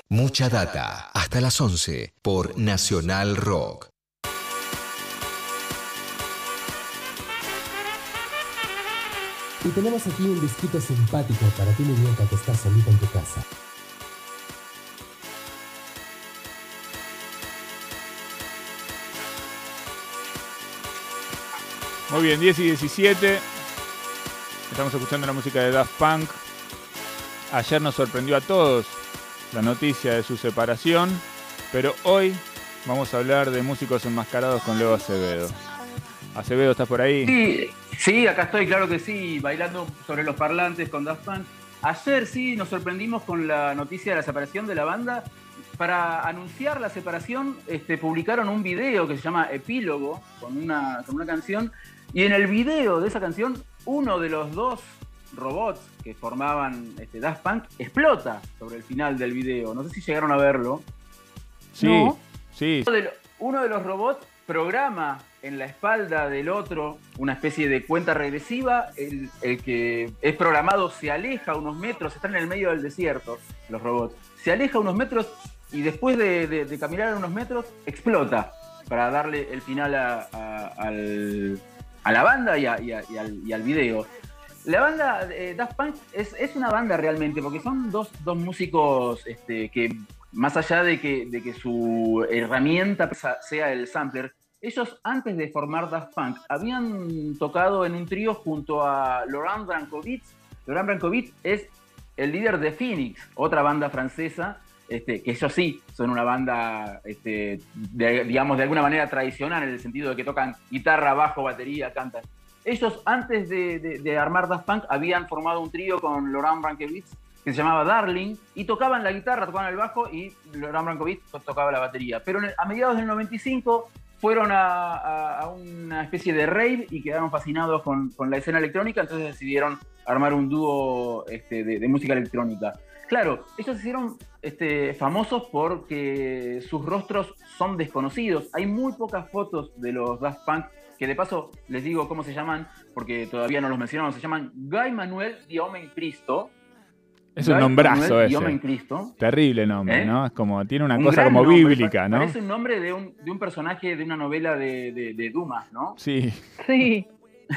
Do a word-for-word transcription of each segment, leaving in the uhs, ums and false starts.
Mucha data, hasta las once por Nacional Rock. Y tenemos aquí un disquito simpático para ti, muñeca, que estás solita en tu casa. Muy bien, diez y diecisiete. Estamos escuchando la música de Daft Punk. Ayer nos sorprendió a todos la noticia de su separación, pero hoy vamos a hablar de músicos enmascarados con Leo Acevedo. Acevedo, ¿estás por ahí? Sí, sí, acá estoy, claro que sí, bailando sobre los parlantes con Daft Punk. Ayer sí nos sorprendimos con la noticia de la separación de la banda. Para anunciar la separación, este, publicaron un video que se llama Epílogo, con una, con una canción, y en el video de esa canción, uno de los dos robots que formaban este, Daft Punk explota sobre el final del video. No sé si llegaron a verlo. Sí, ¿No? sí. Uno de, lo, uno de los robots programa en la espalda del otro una especie de cuenta regresiva. El, el que es programado se aleja unos metros, están en el medio del desierto los robots. Se aleja unos metros y después de, de, de caminar unos metros explota para darle el final a, a, al, a la banda y, a, y, a, y, al, y al video. La banda eh, Daft Punk es, es una banda realmente, porque son dos, dos músicos este, que, más allá de que, de que su herramienta sea el sampler, ellos antes de formar Daft Punk habían tocado en un trío junto a Laurent Brankovich. Laurent Brankovich es el líder de Phoenix, otra banda francesa, este, que ellos sí son una banda, este, de, digamos, de alguna manera tradicional, en el sentido de que tocan guitarra, bajo, batería, cantan. Ellos, antes de, de, de armar Daft Punk, habían formado un trío con Laurent Brankovich que se llamaba Darling, y tocaban la guitarra, tocaban el bajo, y Laurent Brankovich tocaba la batería. Pero en el, a mediados del noventa y cinco fueron a, a, a una especie de rave y quedaron fascinados con, con la escena electrónica, entonces decidieron armar un dúo este, de, de música electrónica. Claro, ellos se hicieron este, famosos porque sus rostros son desconocidos. Hay muy pocas fotos de los Daft Punk, que de paso les digo cómo se llaman, porque todavía no los mencionamos. Se llaman Guy Manuel Diome Cristo. Es un nombrazo ese. Diome Cristo. Terrible nombre, ¿eh? ¿No? Es como, tiene una un cosa como nombre, bíblica, ¿no? Parece un nombre de un, de un personaje de una novela de, de, de Dumas, ¿no? Sí. Sí.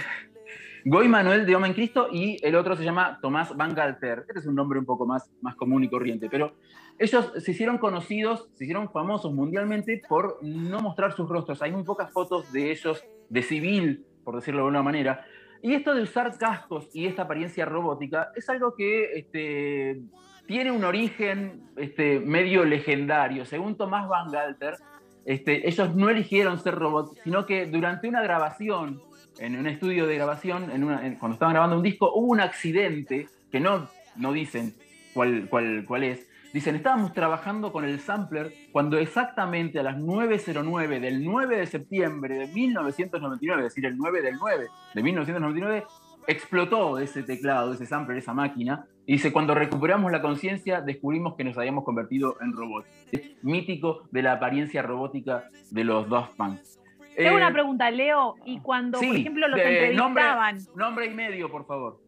Guy Manuel Diome Cristo, y el otro se llama Tomás Van Galter. Este es un nombre un poco más, más común y corriente, pero ellos se hicieron conocidos, se hicieron famosos mundialmente por no mostrar sus rostros. Hay muy pocas fotos de ellos de civil, por decirlo de alguna manera. Y esto de usar cascos y esta apariencia robótica es algo que este, tiene un origen este, medio legendario. Según Tomás Van Galter, este, ellos no eligieron ser robots, sino que durante una grabación, en un estudio de grabación, en una, en, cuando estaban grabando un disco, hubo un accidente que no, no dicen cuál, cuál, cuál es. Dicen, estábamos trabajando con el sampler cuando exactamente a las nueve cero nueve del nueve de septiembre de mil novecientos noventa y nueve, es decir, el nueve del nueve de mil novecientos noventa y nueve, explotó ese teclado, ese sampler, esa máquina. Y dice, cuando recuperamos la conciencia, descubrimos que nos habíamos convertido en robots. Es mítico de la apariencia robótica de los Daft Punk. Tengo eh, una pregunta, Leo. Y cuando, sí, por ejemplo, los de, entrevistaban... Nombre, nombre y medio, por favor.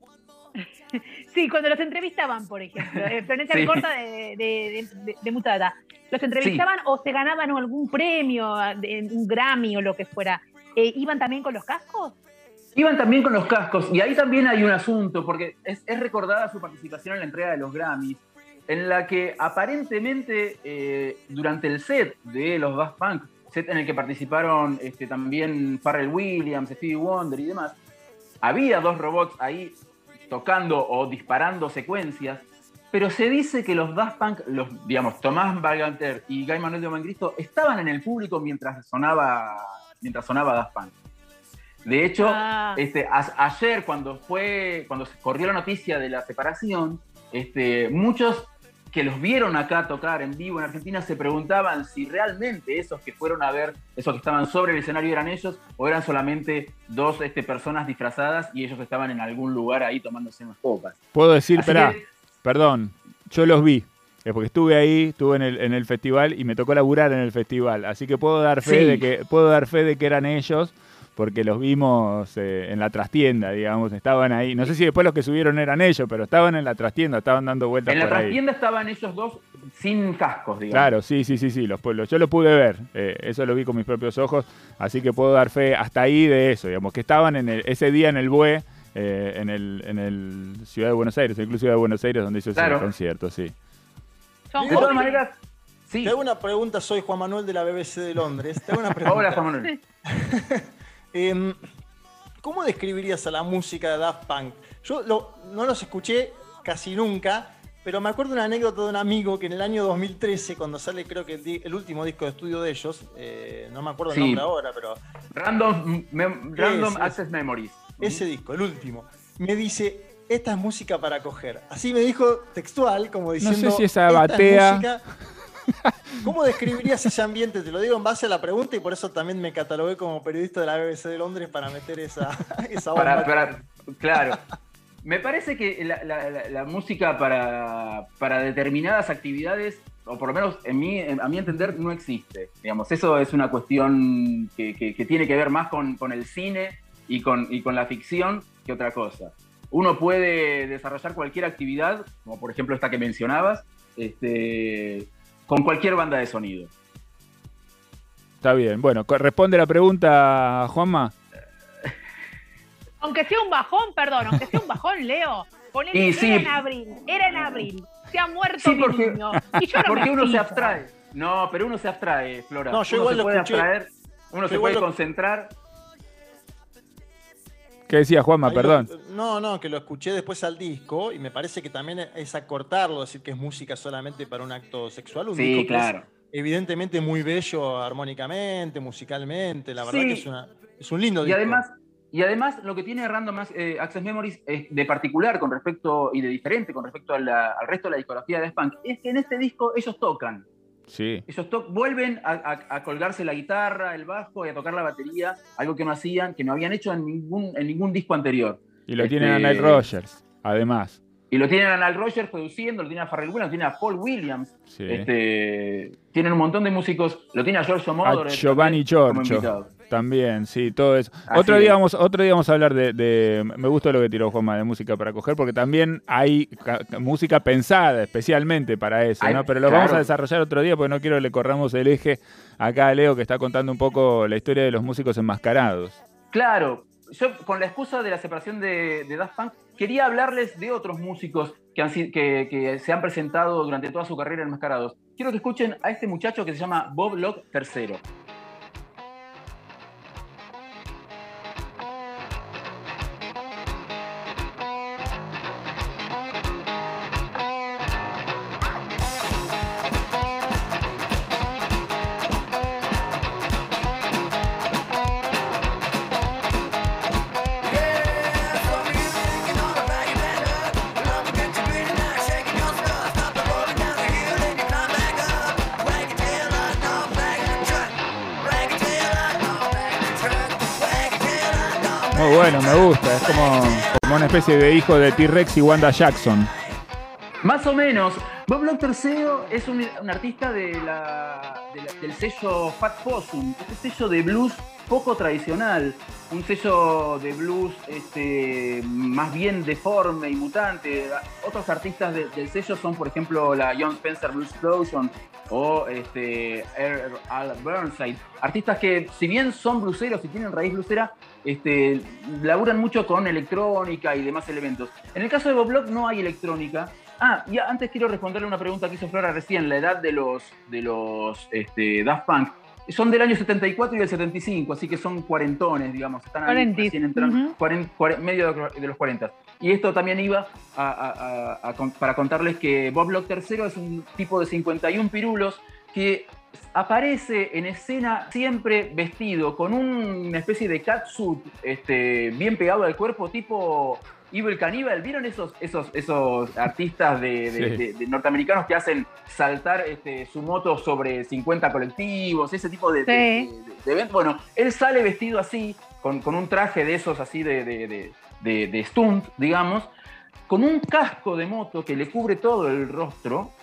Sí, cuando los entrevistaban, por ejemplo, eh, Florencia sí. Corta de, de, de, de Mucha Data, ¿los entrevistaban sí. o se ganaban algún premio, un Grammy o lo que fuera? Eh, ¿Iban también con los cascos? Iban también con los cascos, y ahí también hay un asunto, porque es, es recordada su participación en la entrega de los Grammys, en la que aparentemente eh, durante el set de los Daft Punk, set en el que participaron este, también Pharrell Williams, Stevie Wonder y demás, había dos robots ahí tocando o disparando secuencias, pero se dice que los Daft Punk, los, digamos, Tomás Van Galter y Guy Manuel Diome Cristo, estaban en el público mientras sonaba, mientras sonaba Daft Punk. De hecho, ah. este, a, ayer cuando fue, cuando se corrió la noticia de la separación, este, muchos que los vieron acá tocar en vivo en Argentina se preguntaban si realmente esos que fueron a ver, esos que estaban sobre el escenario eran ellos o eran solamente dos este, personas disfrazadas y ellos estaban en algún lugar ahí tomándose unas copas. Puedo decir, espera, que... perdón, yo los vi, es porque estuve ahí, estuve en el, en el festival y me tocó laburar en el festival, así que puedo dar fe sí. de que puedo dar fe de que eran ellos, porque los vimos eh, en la trastienda, digamos, estaban ahí. No sé si después los que subieron eran ellos, pero estaban en la trastienda, estaban dando vueltas por ahí. En la trastienda estaban ellos dos sin cascos, digamos. Claro, sí, sí, sí, sí, los pueblos. Yo lo pude ver, eh, eso lo vi con mis propios ojos, así que puedo dar fe hasta ahí de eso, digamos, que estaban en el, ese día en el B U E, eh, en el en el Ciudad de Buenos Aires, incluso Ciudad de Buenos Aires, donde hizo claro. ese concierto, sí. Son De todas maneras, sí. Te hago una pregunta, soy Juan Manuel de la B B C de Londres. Te hago una pregunta. Hola, Juan Manuel. eh, ¿Cómo describirías a la música de Daft Punk? Yo lo, no los escuché casi nunca, pero me acuerdo una anécdota de un amigo que en el año dos mil trece, cuando sale creo que el, el último disco de estudio de ellos, eh, no me acuerdo el Sí. nombre ahora, pero... Random, mem- Random Ese, Access Memories. Ese disco, el último, me dice, esta es música para coger. Así me dijo textual, como diciendo... No sé si esa "Esta batea". es música". ¿Cómo describirías ese ambiente? Te lo digo en base a la pregunta y por eso también me catalogué como periodista de la B B C de Londres para meter esa, esa bomba. Para, para, claro. Me parece que la, la- la- la música para, para determinadas actividades, o por lo menos en mi, a mi entender, no existe. Digamos, eso es una cuestión que, que- que tiene que ver más con, con el cine y con, y con la ficción que otra cosa. Uno puede desarrollar cualquier actividad, como por ejemplo esta que mencionabas, este, con cualquier banda de sonido. Está bien. Bueno, co- responde la pregunta, Juanma. Aunque sea un bajón, perdón, aunque sea un bajón, Leo. Ponele, Y era sí. en abril, era en abril. Se ha muerto Sí, mi porque- niño. Y yo no Porque me uno se agito. abstrae. No, pero uno se abstrae, Flora. No, yo uno igual se lo puede escuché. abstraer, uno Yo se igual puede lo- concentrar. ¿Qué decía Juanma? Ahí Perdón. lo- no, no, que lo escuché después al disco y me parece que también es acortarlo, decir que es música solamente para un acto sexual. Un Sí, disco que claro. es evidentemente muy bello armónicamente, musicalmente. La verdad Sí. que es, una, es un lindo Y disco. además, y además lo que tiene Random eh, Access Memories es de particular con respecto y de diferente con respecto a la- al resto de la discografía de Daft Punk es que en este disco ellos tocan. Sí. Ellos to- vuelven a, a- a colgarse la guitarra, el bajo y a tocar la batería, algo que no hacían, que no habían hecho en ningún, en ningún disco anterior. Y lo Este, tienen a Nile Rodgers, además. Y lo tienen a Nile Rodgers produciendo, lo tienen a Pharrell Williams, lo tienen a Paul Williams. Sí. Este, tienen un montón de músicos, lo tiene a Giorgio A Moroder. Giovanni también como Giorgio. invitado. También, sí, todo eso. Así Otro es. día, vamos, otro día vamos a hablar de, de- Me gustó lo que tiró Juanma de música para coger, porque también hay ca- música pensada especialmente para eso, Ay, ¿no? Pero lo claro. vamos a desarrollar otro día porque no quiero que le corramos el eje acá a Leo, que está contando un poco la historia de los músicos enmascarados. Claro, yo con la excusa de la separación de, de Daft Punk, quería hablarles de otros músicos que, han si- que, que se han presentado durante toda su carrera enmascarados. Quiero que escuchen a este muchacho que se llama Bob Locke tercero. Muy bueno, me gusta. Es como, como una especie de hijo de T-Rex y Wanda Jackson. Más o menos. Bob Locke tercero es un, un artista de la, de la- del sello Fat Possum, este sello de blues poco tradicional, un sello de blues este, más bien deforme y mutante. Otros artistas de- del sello son, por ejemplo, la John Spencer Blues Explosion o este, Earl Al Burnside. Artistas que, si bien son blueseros y tienen raíz bluesera, este, laburan mucho con electrónica y demás elementos. En el caso de Bob Locke no hay electrónica. Ah, y antes quiero responderle una pregunta que hizo Flora recién, la edad de los, de los este, Daft Punk. Son del año setenta y cuatro y del setenta y cinco, así que son cuarentones, digamos. Están ahí Cuarentis. recién entrando, Ujú. cuaren- cuare- medio de los cuarenta. Y esto también iba a- a- a- a con- para contarles que Bob Locke tercero es un tipo de cincuenta y un pirulos que aparece en escena siempre vestido con un- una especie de catsuit este, bien pegado al cuerpo, tipo Evil Cannibal. ¿Vieron esos, esos, esos artistas de, de- Sí. de- de norteamericanos que hacen saltar este, su moto sobre cincuenta colectivos, ese tipo de, de- Sí. de- de eventos? Bueno, él sale vestido así, con, con un traje de esos así de, de, de- de- de stunt, digamos, con un casco de moto que le cubre todo el rostro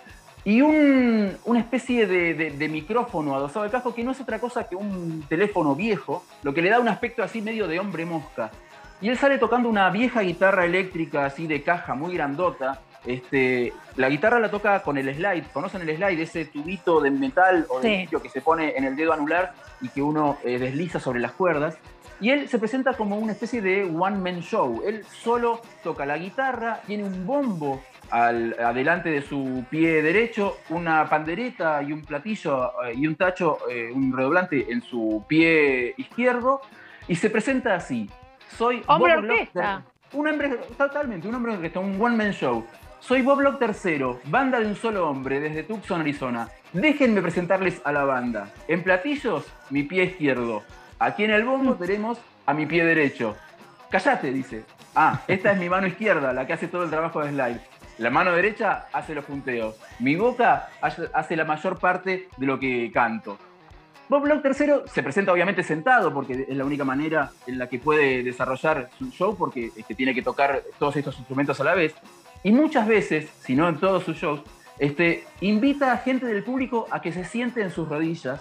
y un, una especie de, de, de micrófono adosado al casco que no es otra cosa que un teléfono viejo, lo que le da un aspecto así medio de hombre mosca. Y él sale tocando una vieja guitarra eléctrica así de caja, muy grandota. Este, la guitarra la toca con el slide. ¿Conocen el slide? Ese tubito de metal o de vidrio que se pone en el dedo anular y que uno eh, desliza sobre las cuerdas. Y él se presenta como una especie de one-man show. Él solo toca la guitarra, tiene un bombo al, adelante de su pie derecho, una pandereta y un platillo eh, y un tacho, eh, un redoblante en su pie izquierdo, y se presenta así. Soy hombre Bob orquesta. Locke, un hombre, totalmente, un hombre orquesta, un one-man show. Soy Bob Locke tercero, banda de un solo hombre, desde Tucson, Arizona. Déjenme presentarles a la banda. En platillos, mi pie izquierdo. Aquí en el bombo tenemos a mi pie derecho. Cállate, dice. Ah, esta es mi mano izquierda, la que hace todo el trabajo de slide. La mano derecha hace los punteos. Mi boca hace la mayor parte de lo que canto. Bob Locke tercero se presenta obviamente sentado, porque es la única manera en la que puede desarrollar su show, porque este, tiene que tocar todos estos instrumentos a la vez. Y muchas veces, si no en todos sus shows, este, invita a gente del público a que se siente en sus rodillas.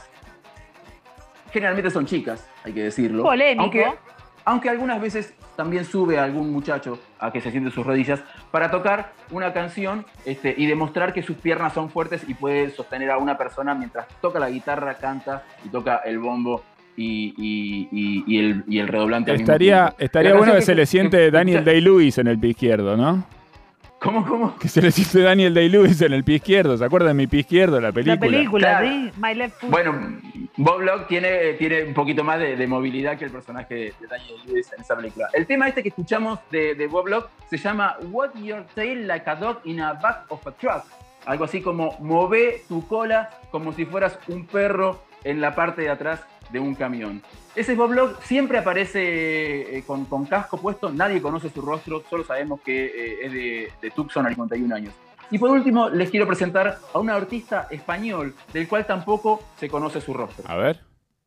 Generalmente son chicas, hay que decirlo. Polémico. Aunque, aunque algunas veces también sube a algún muchacho a que se siente en sus rodillas para tocar una canción este, y demostrar que sus piernas son fuertes y puede sostener a una persona mientras toca la guitarra, canta y toca el bombo y, y, y, y, el, y el redoblante al Estaría, mismo tiempo. estaría bueno que, que se le siente que, Daniel que, Day-Lewis en el pie izquierdo, ¿no? ¿Cómo, cómo? Que se le siente Daniel Day-Lewis en el pie izquierdo. ¿Se acuerdan de Mi pie izquierdo, la película? La película, claro. sí. My Left Foot. Bueno, Bob Locke tiene, tiene un poquito más de, de movilidad que el personaje de, de Daniel Day-Lewis en esa película. El tema este que escuchamos de, de Bob Locke se llama Walk Your Tail Like a Dog in a Back of a Truck. Algo así como move tu cola como si fueras un perro en la parte de atrás de un camión. Ese Bob Locke siempre aparece eh, con, con casco puesto, nadie conoce su rostro, solo sabemos que eh, es de, de Tucson a cincuenta y un años. Y por último, les quiero presentar a un artista español, del cual tampoco se conoce su rostro. A ver.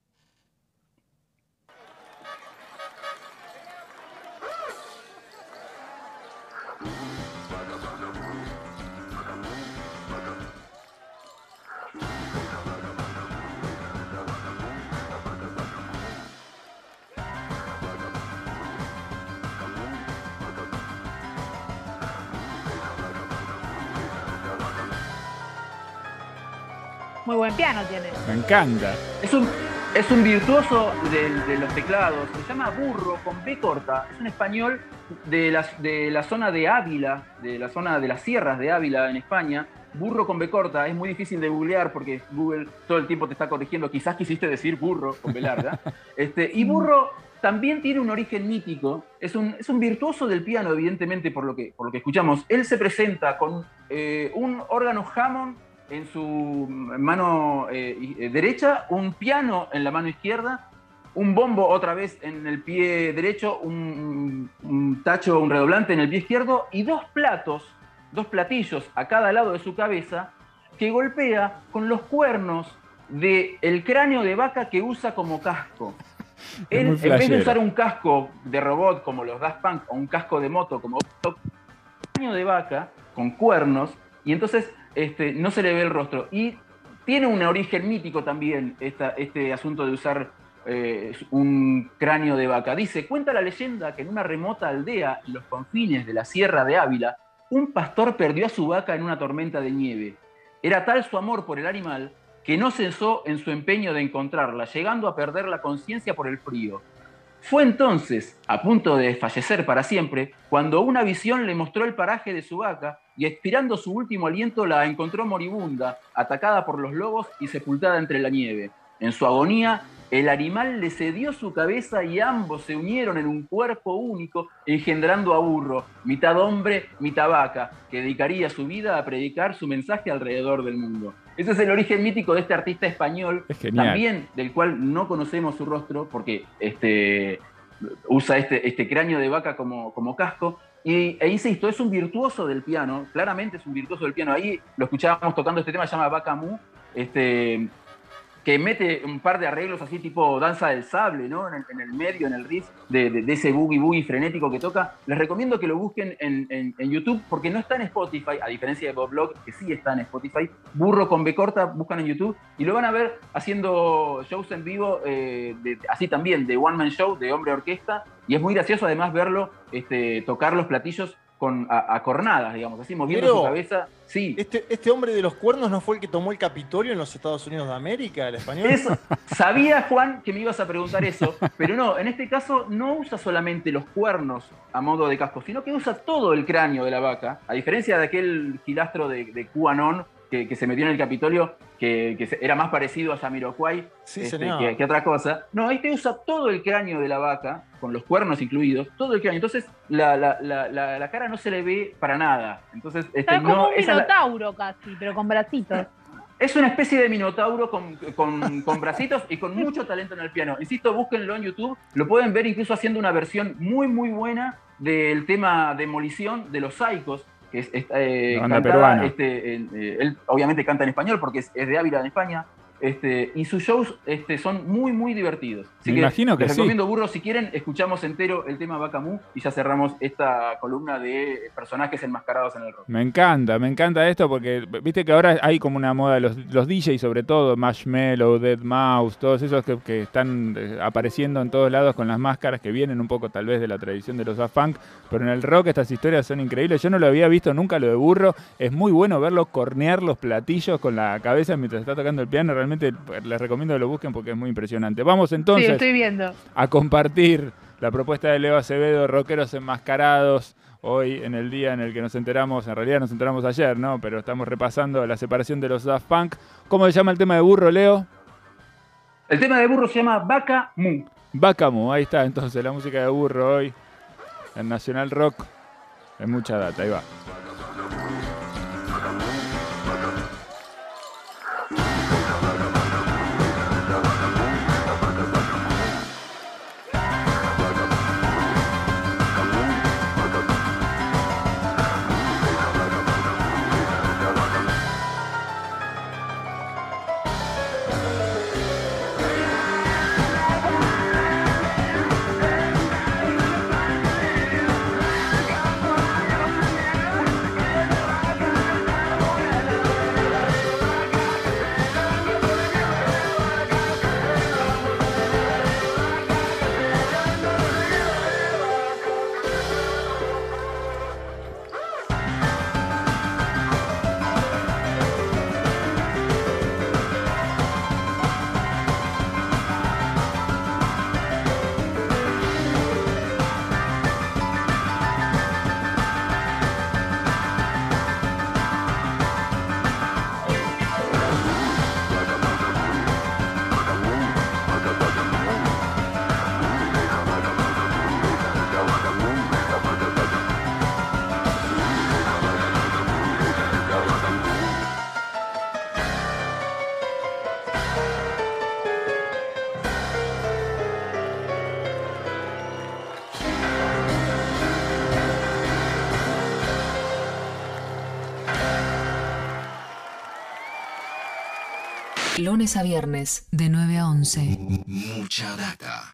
Muy buen piano tiene. Me encanta. Es un, es un virtuoso de, de los teclados. Se llama Burro con B corta. Es un español de la, de la zona de Ávila, de la zona de las sierras de Ávila en España. Burro con B corta. Es muy difícil de googlear porque Google todo el tiempo te está corrigiendo. Quizás quisiste decir burro con B larga. Este, y Burro también tiene un origen mítico. Es un, es un virtuoso del piano, evidentemente, por lo que, por lo que escuchamos. Él se presenta con eh, un órgano Hammond en su mano eh, derecha, un piano en la mano izquierda, un bombo otra vez en el pie derecho, un, un tacho, un redoblante en el pie izquierdo y dos platos, dos platillos a cada lado de su cabeza que golpea con los cuernos del cráneo de vaca que usa como casco. Él, en vez de usar un casco de robot como los Daft Punk o un casco de moto como un cráneo de vaca con cuernos, y entonces Este, no se le ve el rostro. Y tiene un origen mítico también esta, este asunto de usar eh, un cráneo de vaca. Dice, cuenta la leyenda que en una remota aldea en los confines de la Sierra de Ávila, un pastor perdió a su vaca en una tormenta de nieve. Era tal su amor por el animal que no cesó en su empeño de encontrarla, llegando a perder la conciencia por el frío. Fue entonces, a punto de fallecer para siempre, cuando una visión le mostró el paraje de su vaca y expirando su último aliento la encontró moribunda, atacada por los lobos y sepultada entre la nieve. En su agonía, el animal le cedió su cabeza y ambos se unieron en un cuerpo único, engendrando a Burro, mitad hombre, mitad vaca, que dedicaría su vida a predicar su mensaje alrededor del mundo. Ese es el origen mítico de este artista español, también del cual no conocemos su rostro, porque este, usa este, este cráneo de vaca como, como casco. Y, e insisto, es un virtuoso del piano, claramente es un virtuoso del piano. Ahí lo escuchábamos tocando este tema, se llama Vaca Mu. Este, que mete un par de arreglos así tipo danza del sable, ¿no? En el, en el medio, en el riff de, de, de ese boogie boogie frenético que toca. Les recomiendo que lo busquen en, en, en YouTube porque no está en Spotify, a diferencia de Bob Locke, que sí está en Spotify. Burro con B corta, buscan en YouTube y lo van a ver haciendo shows en vivo, eh, de, así también, de one man show, de hombre orquesta. Y es muy gracioso además verlo este, tocar los platillos con, a, a cornadas, digamos, así moviendo Pero, su cabeza. Sí. Este, ¿Este hombre de los cuernos no fue el que tomó el Capitolio en los Estados Unidos de América, el español? Eso, sabía, Juan, que me ibas a preguntar eso, pero no, en este caso no usa solamente los cuernos a modo de casco, sino que usa todo el cráneo de la vaca, a diferencia de aquel gilastro de, de QAnon que, que se metió en el Capitolio, que, que era más parecido a Jamiroquai Sí, este, señor. que, que otra cosa. No, este usa todo el cráneo de la vaca, con los cuernos incluidos, todo el cráneo. Entonces la, la, la, la, la cara no se le ve para nada. Entonces, este, Está como no, un esa la- minotauro casi, pero con bracitos. es una especie de minotauro con, con, con bracitos y con mucho talento en el piano. Insisto, búsquenlo en YouTube. Lo pueden ver incluso haciendo una versión muy, muy buena del tema Demolición de los Saicos, que es, es, eh, La banda cantada, peruana. este, en, eh, él obviamente canta en español porque es, es de Ávila, en España. Este, y sus shows este, son muy, muy divertidos. Así Me que imagino que les sí. recomiendo, Burro, si quieren, escuchamos entero el tema Vaca Mu y ya cerramos esta columna de personajes enmascarados en el rock. Me encanta, me encanta esto porque viste que ahora hay como una moda, los, los D Js sobre todo, Marshmello, deadmau cinco, todos esos que, que están eh, apareciendo en todos lados con las máscaras que vienen un poco tal vez de la tradición de los Daft Punk, pero en el rock estas historias son increíbles. Yo no lo había visto nunca lo de Burro, es muy bueno verlo cornear los platillos con la cabeza mientras está tocando el piano, realmente les recomiendo que lo busquen porque es muy impresionante. Vamos entonces Sí, estoy viendo. a compartir la propuesta de Leo Acevedo, Rockeros Enmascarados, hoy en el día en el que nos enteramos, en realidad nos enteramos ayer, ¿no? Pero estamos repasando la separación de los Daft Punk. ¿Cómo se llama el tema de Burro, Leo? El tema de Burro se llama Vaca Mu. Bacamu, ahí está entonces la música de Burro hoy en Nacional Rock. Es mucha data, ahí va. Lunes a viernes, de nueve a once. Mucha data.